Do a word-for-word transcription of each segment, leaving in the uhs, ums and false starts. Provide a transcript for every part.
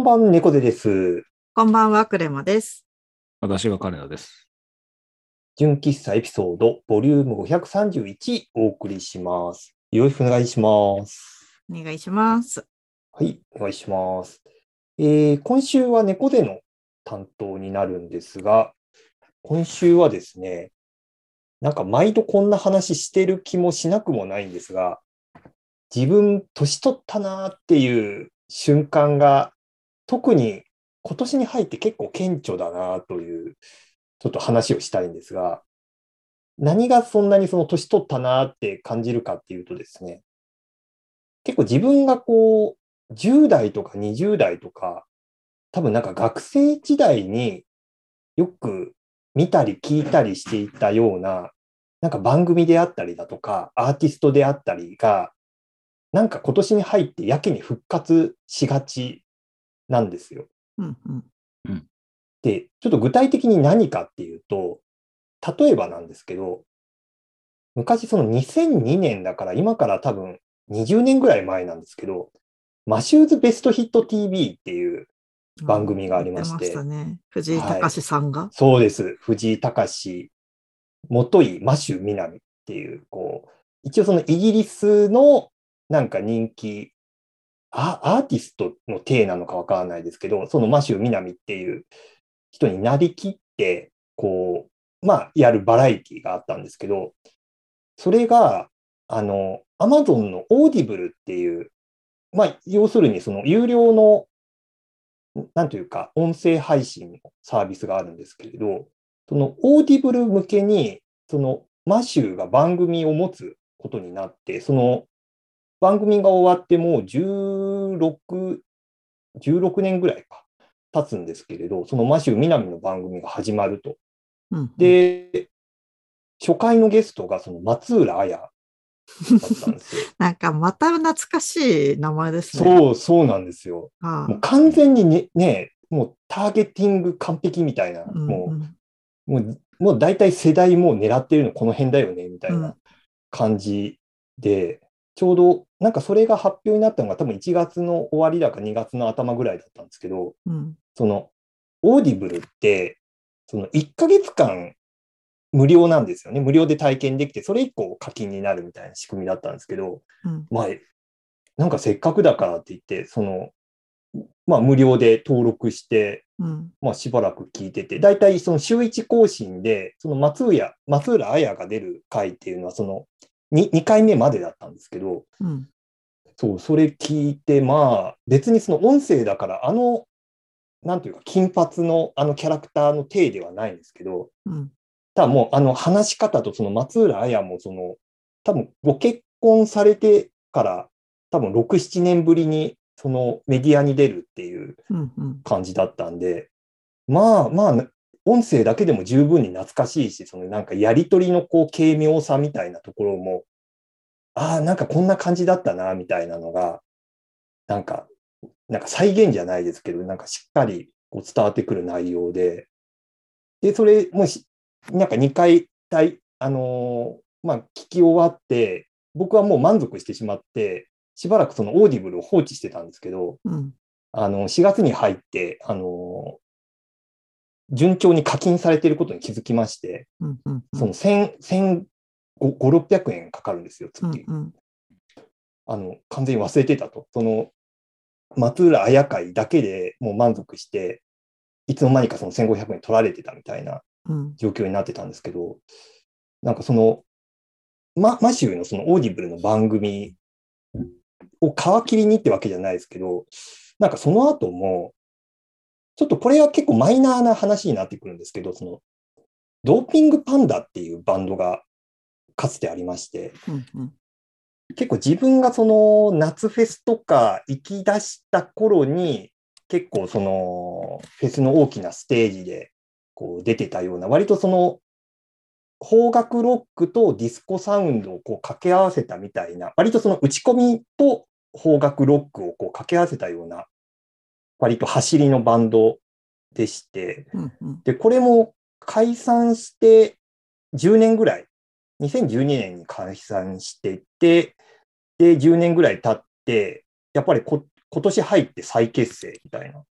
んばん、猫背です。 こんばんは、クレマです。 私が彼らです。 純喫茶エピソード、ボリュームごひゃくさんじゅういちお送りします。よろしくお願いします。 お願いします。 はい、お願いします。えー今週は猫背の担当になるんですが、今週はですね、なんか毎度こんな話してる気もしなくもないんですが、自分年取ったなーっていう瞬間が特に今年に入って結構顕著だなというちょっと話をしたいんですが、何がそんなにその年取ったなって感じるかっていうとですね、結構自分がこう、じゅう代とかにじゅう代とか、多分なんか学生時代によく見たり聞いたりしていたような、なんか番組であったりだとか、アーティストであったりが、なんか今年に入ってやけに復活しがちなんですよ。 うんうん。 うん。 で、ちょっと具体的に何かっていうと、例えばなんですけど、昔そのにせんにねんだから今から多分にじゅうねんぐらい前なんですけど、マシューズベストヒット ティーブイ っていう番あー組がありやってましたまして、 ね。藤井はい。 隆さんが。 そうです。藤井隆、元井マシュみなみっていう、こう、一応そのイギリスのなんか人気、アアーティストの体なのかわからないですけど、そのマシュみなみっていう人になりきって、こう、まあ、やるバラエティがあったんですけど、それが、あの、アマゾンのオーディブルっていう、まあ、要するにその有料の、なんというか、音声配信のサービスがあるんですけれど、そのオーディブル向けに、そのマシューが番組を持つことになって、その番組が終わってもうじゅうろく、じゅうろくねんぐらいか経つんですけれど、そのマシュー南の番組が始まると。 うんうん。 で、初回のゲストがその松浦綾だったんですよ。 なんかまた懐かしい名前ですね。 そう、そうなんですよ。もうああ。 完全にね、ね、もうターゲティング完璧みたいな、 うんうもん。 う、もう、もう大体世代もう狙ってるのこの辺だよね、みたいなうん感じで、ちょうどなんかそれが発表になったのが多分いちがつの終わりだかにがつの頭ぐらいだったんですけど、 うん。 その、オーディブルって、そのいっかげつかん無料なんですよね。無料で体験できて、それ以降課金になるみたいな仕組みだったんですけど、 うん。 まあ、なんかせっかくだからって言って、その、まあ、無料で登録して、 うん。 まあ、しばらく聞いてて、だいたいその週いち更新で、その松浦、松浦綾が出る回っていうのは、その 2, にかいめまでだったんですけど、 うん。 そう、それ聞いて、まあ、別にその音声だから、あの、なんというか、金髪のあのキャラクターの体ではないんですけど、 うん。 ただもう、あの、話し方と、その松浦綾も、その、多分ご結婚されてから、多分ろく、ななねんぶりに、そのメディアに出るっていううんうん。 感じだったんで、まあまあ、音声だけでも十分に懐かしいし、そのなんかやりとりのこう軽妙さみたいなところも、ああ、なんかこんな感じだったな、みたいなのが、なんか、なんか再現じゃないですけど、なんかしっかりこう伝わってくる内容で、で、それもし、なんかにかい、あのーまあ、聞き終わって、僕はもう満足してしまって、しばらくそのオーディブルを放置してたんですけど、 うん。 あの、しがつに入って、あのー順調に課金されていることに気づきまして、 うんうんうそのん。 せん、せんごひゃく、ろっぴゃくえんかかるんですよ、月。 うんうん。 あの、完全に忘れてたと。その、松浦綾会だけでもう満足して、いつの間にかそのせんごひゃくえん取られてたみたいなうん。 状況になってたんですけど、なんかその、ママシューのそのオーディブルの番組を皮切りにってわけじゃないですけど、なんかその後も、ちょっとこれは結構マイナーな話になってくるんですけど、その、ドーピングパンダっていうバンドがかつてありまして、 うんうん。 結構自分がその夏フェスとか行き出した頃に、結構そのフェスの大きなステージでこう出てたような、割とその邦楽ロックとディスコサウンドをこう掛け合わせたみたいな、割とその打ち込みと邦楽ロックをこう掛け合わせたような、割と走りのバンドでして、 うんうん。 で、これも解散してじゅうねんぐらい、にせんじゅうにねんに解散してて、で、じゅうねんぐらい経って、やっぱりこ今年入って再結成みたいな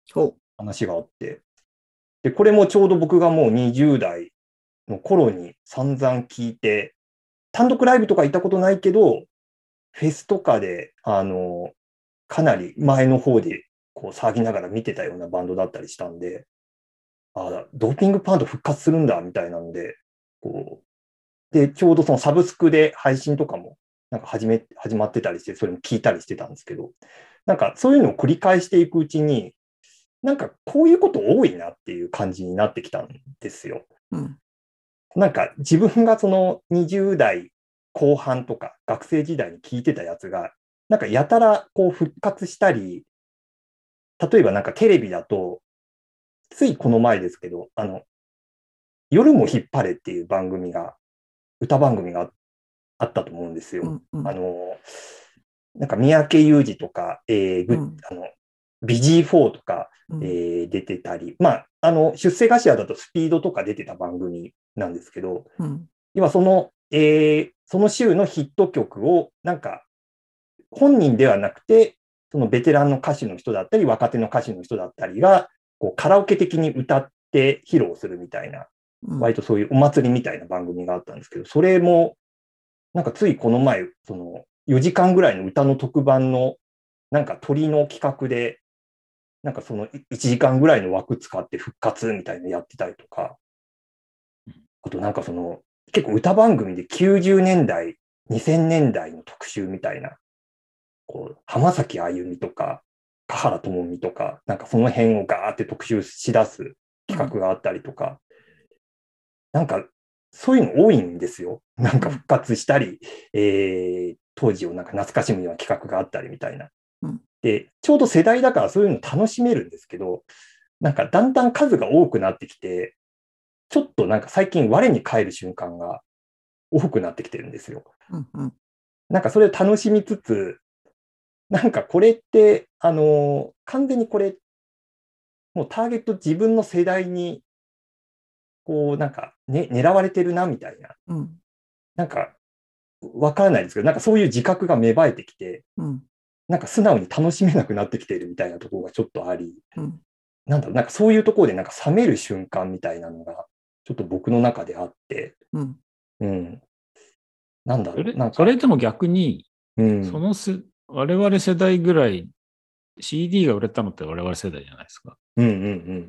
ほ話があって、で、これもちょうど僕がもうにじゅう代の頃に散々聞いて、単独ライブとか行ったことないけど、フェスとかで、あの、かなり前の方でこう騒ぎながら見てたようなバンドだったりしたんで、あ、ドーピングパント復活するんだ、みたいなので、こう、で、ちょうどそのサブスクで配信とかも、なんか始め、始まってたりして、それも聞いたりしてたんですけど、なんかそういうのを繰り返していくうちに、なんかこういうこと多いなっていう感じになってきたんですよ。 う。うん。 なんか自分がそのにじゅう代後半とか学生時代に聞いてたやつが、なんかやたらこう復活したり、例えばなんかテレビだと、ついこの前ですけど、あの、夜も引っ張れっていう番組が、歌番組があったと思うんですよ。 うん。うん。 あの、なんか三宅裕司とか、えーぐうんあの、ビジーフォーとか、 うんえー出てたり、まあ、あの、出世頭だとスピードとか出てた番組なんですけど、 うん。 今その、えーその週のヒット曲を、なんか、本人ではなくて、そのベテランの歌手の人だったり、若手の歌手の人だったりが、こうカラオケ的に歌って披露するみたいな、 うん。 割とそういうお祭りみたいな番組があったんですけど、それも、なんかついこの前、そのよじかんぐらいの歌の特番の、なんか鳥の企画で、なんかそのいちじかんぐらいの枠使って復活みたいなのやってたりとか、あとなんかその、結構歌番組できゅうじゅうねんだい、にせんねんだいの特集みたいな、こう、浜崎あゆみとか、華原朋美とか、なんかその辺をガーって特集し出す企画があったりとか、なんかそういうの多いんですよ。なんか復活したり、えー、当時をなんか懐かしむような企画があったりみたいな。 うん。 で、ちょうど世代だからそういうの楽しめるんですけど、なんかだんだん数が多くなってきて、ちょっとなんか最近我に返る瞬間が多くなってきてるんですよ。 うん。うん。 なんかそれを楽しみつつ、なんかこれって、あの、完全にこれ、もうターゲット自分の世代に、こう、なんか、ね、狙われてるな、みたいな。 うん。 なんか、わからないですけど、なんかそういう自覚が芽生えてきて、 うん。 なんか素直に楽しめなくなってきているみたいなところがちょっとあり、 うん。 なんだろう、なんかそういうところでなんか冷める瞬間みたいなのが、ちょっと僕の中であって、 うん。 うん。なんだろう、 それ、 なんか、 それでも逆に、 うん。 そのせ我々世代ぐらい シーディー が売れたのって我々世代じゃないですか。 うんうんうん。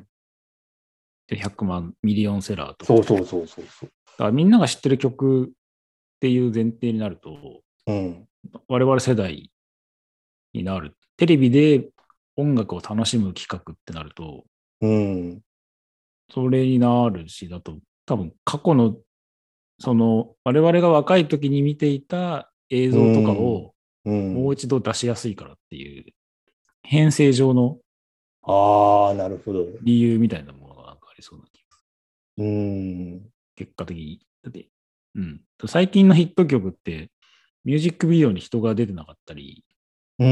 で、ひゃくまんミリオンセラーとか。 そうそうそうそうそう。 だからみんなが知ってる曲っていう前提になると、 うん。 我々世代になる。テレビで音楽を楽しむ企画ってなると、 うん。 それになるし、だと多分過去の、その我々が若い時に見ていた映う像とかん。 をうん。 もう一度出しやすいからっていう、編成上のああ、なるほど。 理由みたいなものがなんかありそうな気がすうん。 る。結果的に。だって、うん。最近のヒット曲って、ミュージックビデオに人が出てなかったりうん。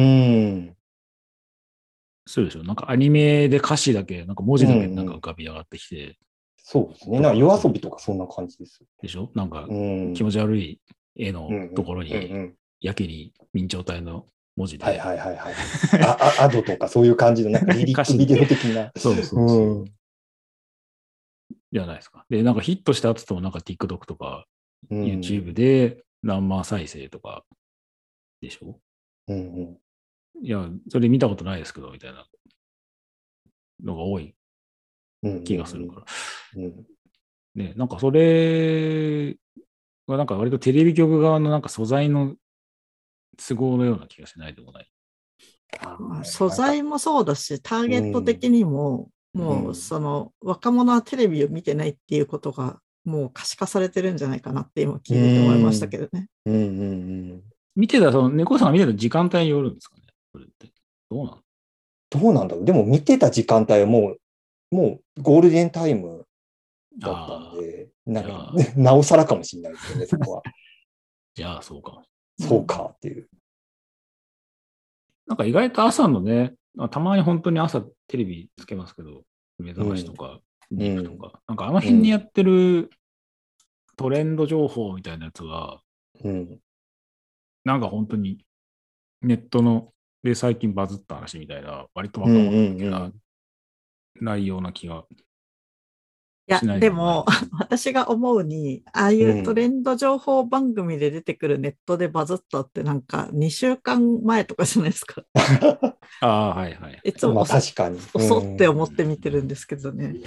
するでしょ。なんかアニメで歌詞だけ、なんか文うん。 字だけなんかうん。 か浮かび上がってきて、 そうですね。 とか、 なんか夜そう遊びとかそんな感じです。 でしょ。なんかうん。 気持ち悪い絵のとうんうん。 ころに、 うんうん。 やけに明朝体の文字はいで、 はいはいはい。あ、あ、アドとかそういう感じのなんかリリッ歌詞で、 クビデオ的な。 そうそうそう。 うん。 じゃないですか。で、なんかヒットした後ともなんか TikTok とかう YouTube ん。 で何万再生とかでしょ。 うんうん。 いや、それ見たことないですけど、みたいなのが多いうんう気がするかんら。 うん。うん。 ね、なんかそれがなんか割とテレビ局側のなんか素材の都合のような気がしないでもない。 あまあ、 あ、なんか、 素材もそうだし、ターうゲットん。 的にも、もううん。 その若者はテレビを見てないっていうことがもう可視化されてるんじゃないかなって今う聞いてて思いましたん。 けどね。 うんうんうん。 見てた、その猫さんが見てた時間帯によるんですかね。それって。どうなの？ どうなんだろう。でも見てた時間帯はもう、もうゴールデンタイムだったんああ、 で、なんか、 じゃあ、 なおさらかもしれないですよね、そこは。 じゃあそうかも。 そうかっていう。 なんか意外と朝のね、たまに本当に朝テレビつけますけど、目覚ましとうん。 か、 うん。 ディープとか、なんかあのうん。 辺にやってるトレンド情報みたいなやつは、 うん。 なんか本当にネットので最近バズった話みたいな、割とうん。 若者向けなうん。 ないような気が。 いやしない、 でも、私が思うに、ああいうトレンド情報番組で出てくるネットでバズったってなんかにしゅうかんまえとかじゃないですか。 ああ、はいはい。 いつもまあ遅確かに。 遅って思って見てるんですけどね。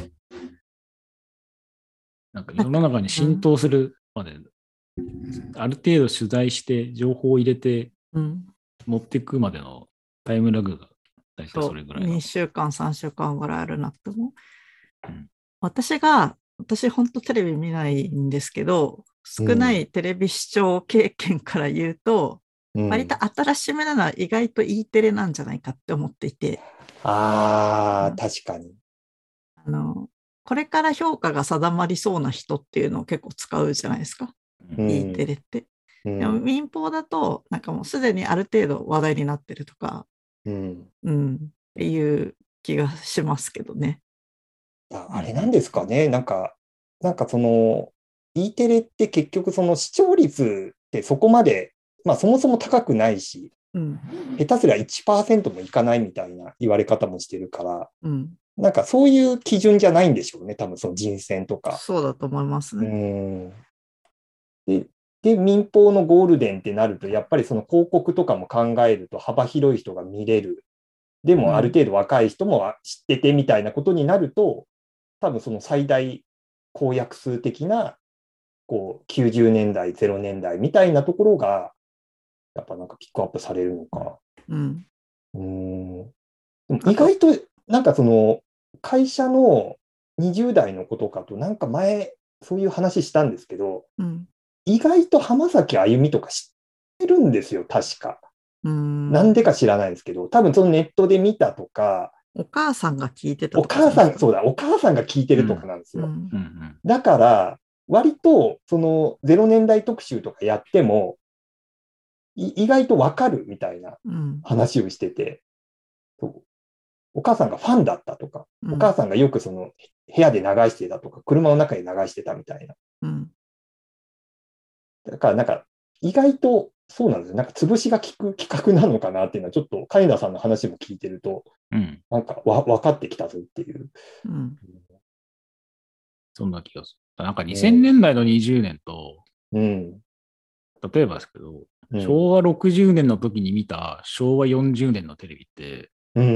なんか世の中に浸透するまで、ある程度取材して情報を入れて持っていくまでのタイムラグが大体それぐらいの。 にしゅうかん、さんしゅうかんぐらいあるなって思う。 うん、 私が、私本当テレビ見ないんですけど、少ないテレビ視聴経験から言うと、うん、割と新しめなのは意外と E テレなんじゃないかって思っていて。 ああ、確かに。 あの、これから評価が定まりそうな人っていうのを結構使うじゃないですか。うん、E テレって。うん、でも民放だと、なんかもうすでにある程度話題になってるとか、うん、うん、っていう気がしますけどね。 あれなんですかね、なんか、なんかその、E テレって結局その視聴率ってそこまで、まあそもそも高くないし、うん、下手すりゃいちパーセントもいかないみたいな言われ方もしてるから、うん、なんかそういう基準じゃないんでしょうね、多分その人選とか。 そうだと思いますね。 うんでで、民放のゴールデンってなると、やっぱりその広告とかも考えると幅広い人が見れる。でもある程度若い人も知っててみたいなことになると、多分その最大公約数的なこうきゅうじゅうねんだい、ゼロねんだいみたいなところが、やっぱなんかピックアップされるのか。うん、うんでも意外となんかその会社のにじゅう代の子とかとなんか前そういう話したんですけど、うん、意外と浜崎あゆみとか知ってるんですよ、確か。うんなんでか知らないんですけど、多分そのネットで見たとか、 お母さんが聞いてたとか。お母さん、そうだ、お母さんが聞いてるとかなんですよ。うんうん、だから、割と、そのゼロねんだい特集とかやっても、意外とわかるみたいな話をしてて、うん、そうお母さんがファンだったとか、うん、お母さんがよくその部屋で流してたとか、車の中で流してたみたいな。うん、だからなんか、意外とそうなんですよ。なんか潰しが効く企画なのかなっていうのは、ちょっと金田さんの話も聞いてると、うん、なんかわ分かってきたぞっていう。うん、 そんな気がする。なんかにせんねんだいのにじゅうねんと、うん、例えばですけど、うん、しょうわろくじゅうねんの時に見たしょうわよんじゅうねんのテレビって、うんうん、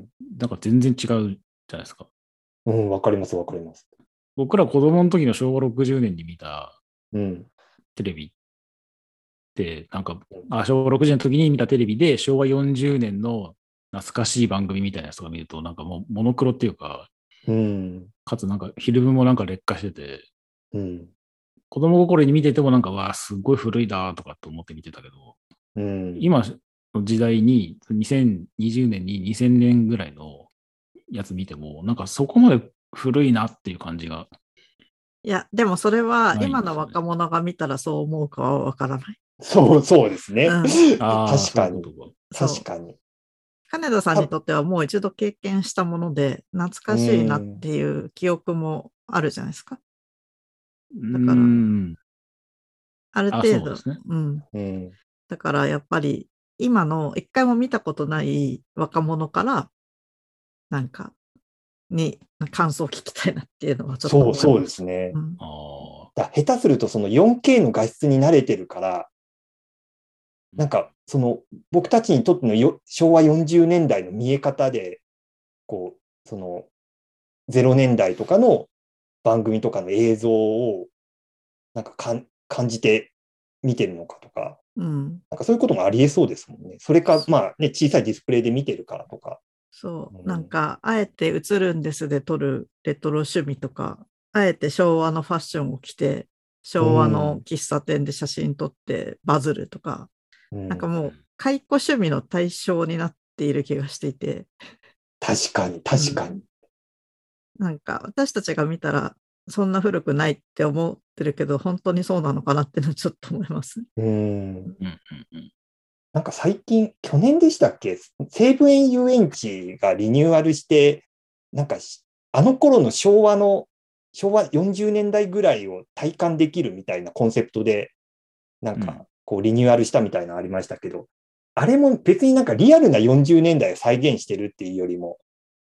なんか全然違うじゃないですか。 うん、わかります、わかります。 僕ら子供の時のしょうわろくじゅうねんに見たテレビって、なんか、あ、しょうわろくじゅうねんの時に見たテレビでしょうわよんじゅうねんの懐かしい番組みたいなやつとか見ると、なんかもうモノクロっていうか、うん、かつなんかフィルムもなんか劣化してて、うん、子供心に見ててもなんか、わあ、すっごい古いだとかって思って見てたけど、うん、今の時代ににせんにじゅうねんににせんねんぐらいのやつ見ても、なんかそこまで古いなっていう感じが。 いや、でもそれは今の若者が見たらそう思うかはわからない。 そう、そうですね。うん、確かに。確かに。 金田さんにとってはもう一度経験したもので、懐かしいなっていう記憶もあるじゃないですか。だから、ある程度、ねうんうん、だからやっぱり今の一回も見たことない若者から、なんか、に感想を聞きたいなっていうのはちょっと思います。 そう、そうですね。うん、だ下手するとその よんケー の画質に慣れてるから、なんかその僕たちにとってのよしょうわよんじゅうねんだいの見え方で、こう、そのゼロねんだいとかの番組とかの映像をなんかかん感じて見てるのかとか、うん、なんかそういうこともありえそうですもんね。それか、まあね、小さいディスプレイで見てるからとか。 そう、うん、なんか、あえて映るんですで撮るレトロ趣味とか、あえて昭和のファッションを着て、昭和の喫茶店で写真撮ってバズるとか、うん、なんかもう、解雇趣味の対象になっている気がしていて。 確かに、確かに。うん、 なんか、私たちが見たら、そんな古くないって思ってるけど、本当にそうなのかなってのはちょっと思います。うん。 なんか最近、去年でしたっけ、西武園遊園地がリニューアルして、なんか、あの頃の昭和の、昭和よんじゅうねんだいぐらいを体感できるみたいなコンセプトで、なんか、こうリニューアルしたみたいなのありましたけど、うん、あれも別になんかリアルなよんじゅうねんだいを再現してるっていうよりも、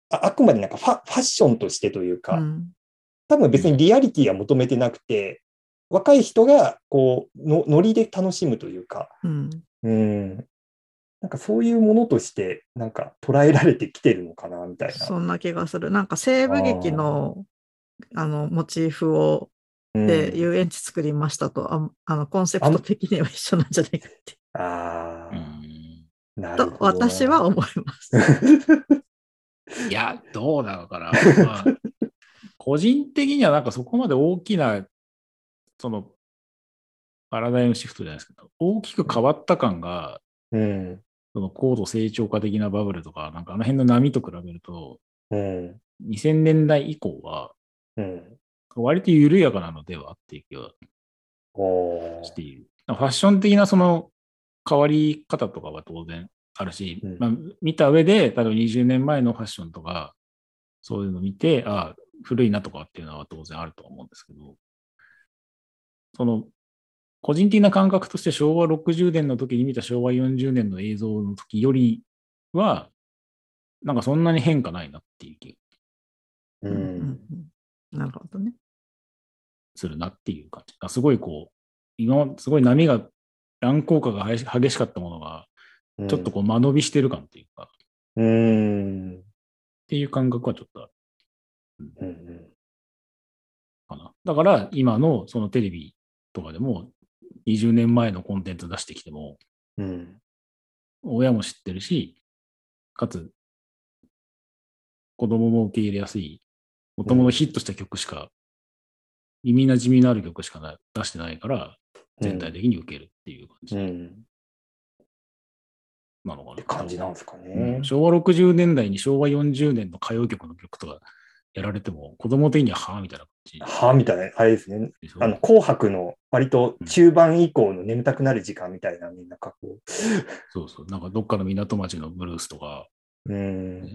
あ、あくまでなんかファ、ファッションとしてというか、 うん、 多分別にリアリティは求めてなくて、若い人がこうのノリで楽しむというか、 うん、 うん、なんかそういうものとしてなんか捉えられてきてるのかなみたいな。 そんな気がする。なんか西部劇のあのモチーフをうん、 で遊園地作りましたと、ああのコンセプト的には一緒なんじゃないかって。 ああ、 うん、 なるとほどな。 私は思います。 いや、どうなのかな。まあ、個人的にはなんかそこまで大きな、その、パラダイムシフトじゃないですけど、大きく変わった感が、 うん、 その高度成長化的なバブルとか、なんかあの辺の波と比べると、 うん、 にせんねんだい以降は、 うん。 割と緩やかなのではっていう気はおー、 している。ファッション的なその変わり方とかは当然あるし、 うん、 まあ、見た上で、例えばにじゅうねんまえのファッションとか、そういうのを見て、ああ、古いなとかっていうのは当然あると思うんですけど、その、個人的な感覚として昭和ろくじゅうねんの時に見た昭和よんじゅうねんの映像の時よりは、なんかそんなに変化ないなっていう気がううんうんん、 うん、なるほどね。 するなっていう感じ。すごいこう、今、すごい波が、乱高下が激しかったものが、ちょっとこう間延びしてる感っていうか、 うん、 っていう感覚はちょっとある。 うん、 かな。だから今のそのテレビとかでもにじゅうねんまえのコンテンツ出してきても、 うん、 親も知ってるし、かつ子供も受け入れやすい、もともとヒットした曲しか、耳なじみのある曲しかな出してないから、全体的に受けるっていう感じなのかな。 って感じなんですかね。 うん、昭和ろくじゅうねんだいに昭和よんじゅうねんの歌謡曲の曲とかやられても、子供的にははぁみたいな感じ。 はみたいな、あれですね。あの、紅白の割と中盤以降の眠たくなる時間みたいな、みんな格好。 そうそう。なんかどっかの港町のブルースとか、 うん、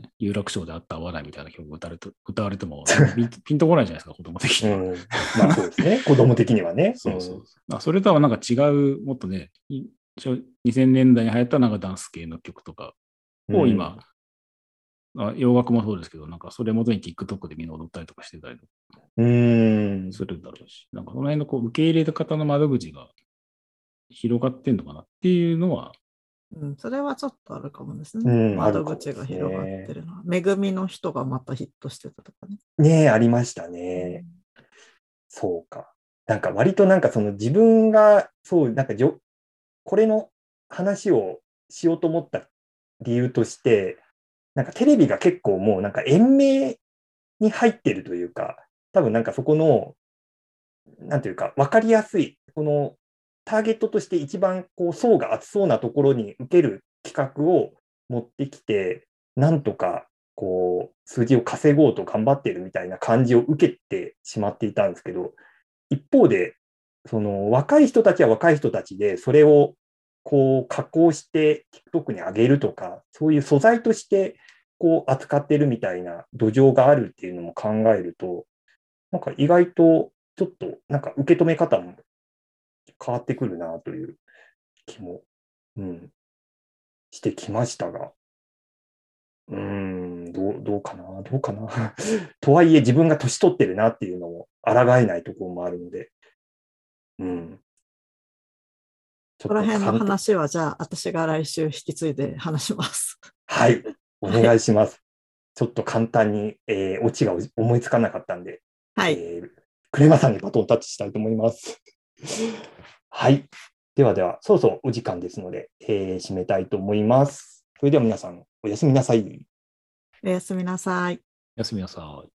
有楽町であった合わないみたいな曲を歌われて歌われてもピン、ピンとこないじゃないですか、子供的には。 うん、まあそうですね。子供的にはね。 そうそうそう。それとはなんか違う、もっとね、にせんねんだいに流行ったなんかダンス系の曲とかを今、うん、洋楽もそうですけど、なんかそれ元に TikTok でみんな踊ったりとかしてたりとかするだろうし、なんかその辺のこう受け入れ方の窓口が広がってんのかなっていうのは、 うん、それはちょっとあるかもですね。うん、窓口が広がってるのは。めぐみの人がまたヒットしてたとかね。 ねえ、ありましたね。うん、そうか。なんか割となんかその自分が、そう、なんかじょこれの話をしようと思った理由として、なんかテレビが結構もうなんか延命に入ってるというか、多分なんかそこの、なんていうか、わかりやすい、このターゲットとして一番こう層が厚そうなところに受ける企画を持ってきて、なんとかこう数字を稼ごうと頑張ってるみたいな感じを受けてしまっていたんですけど、一方で、その若い人たちは若い人たちで、それをこう加工して TikTok に上げるとか、そういう素材としてこう扱ってるみたいな土壌があるっていうのも考えると、なんか意外とちょっとなんか受け止め方も変わってくるなという気も、うん、してきましたが、うーん、どう、どうかな、どうかな。とはいえ自分が年取ってるなっていうのも抗えないところもあるので、うん。 ここら辺の話は、じゃあ、私が来週引き継いで話します。 はい、お願いします。はい、ちょっと簡単に、えー、オチが思いつかなかったんで、 はい、 えー、クレマさんにバトンタッチしたいと思います。はい。ではでは、そろそろお時間ですので、えー、締めたいと思います。それでは皆さん、おやすみなさい。 おやすみなさい。 おやすみなさい。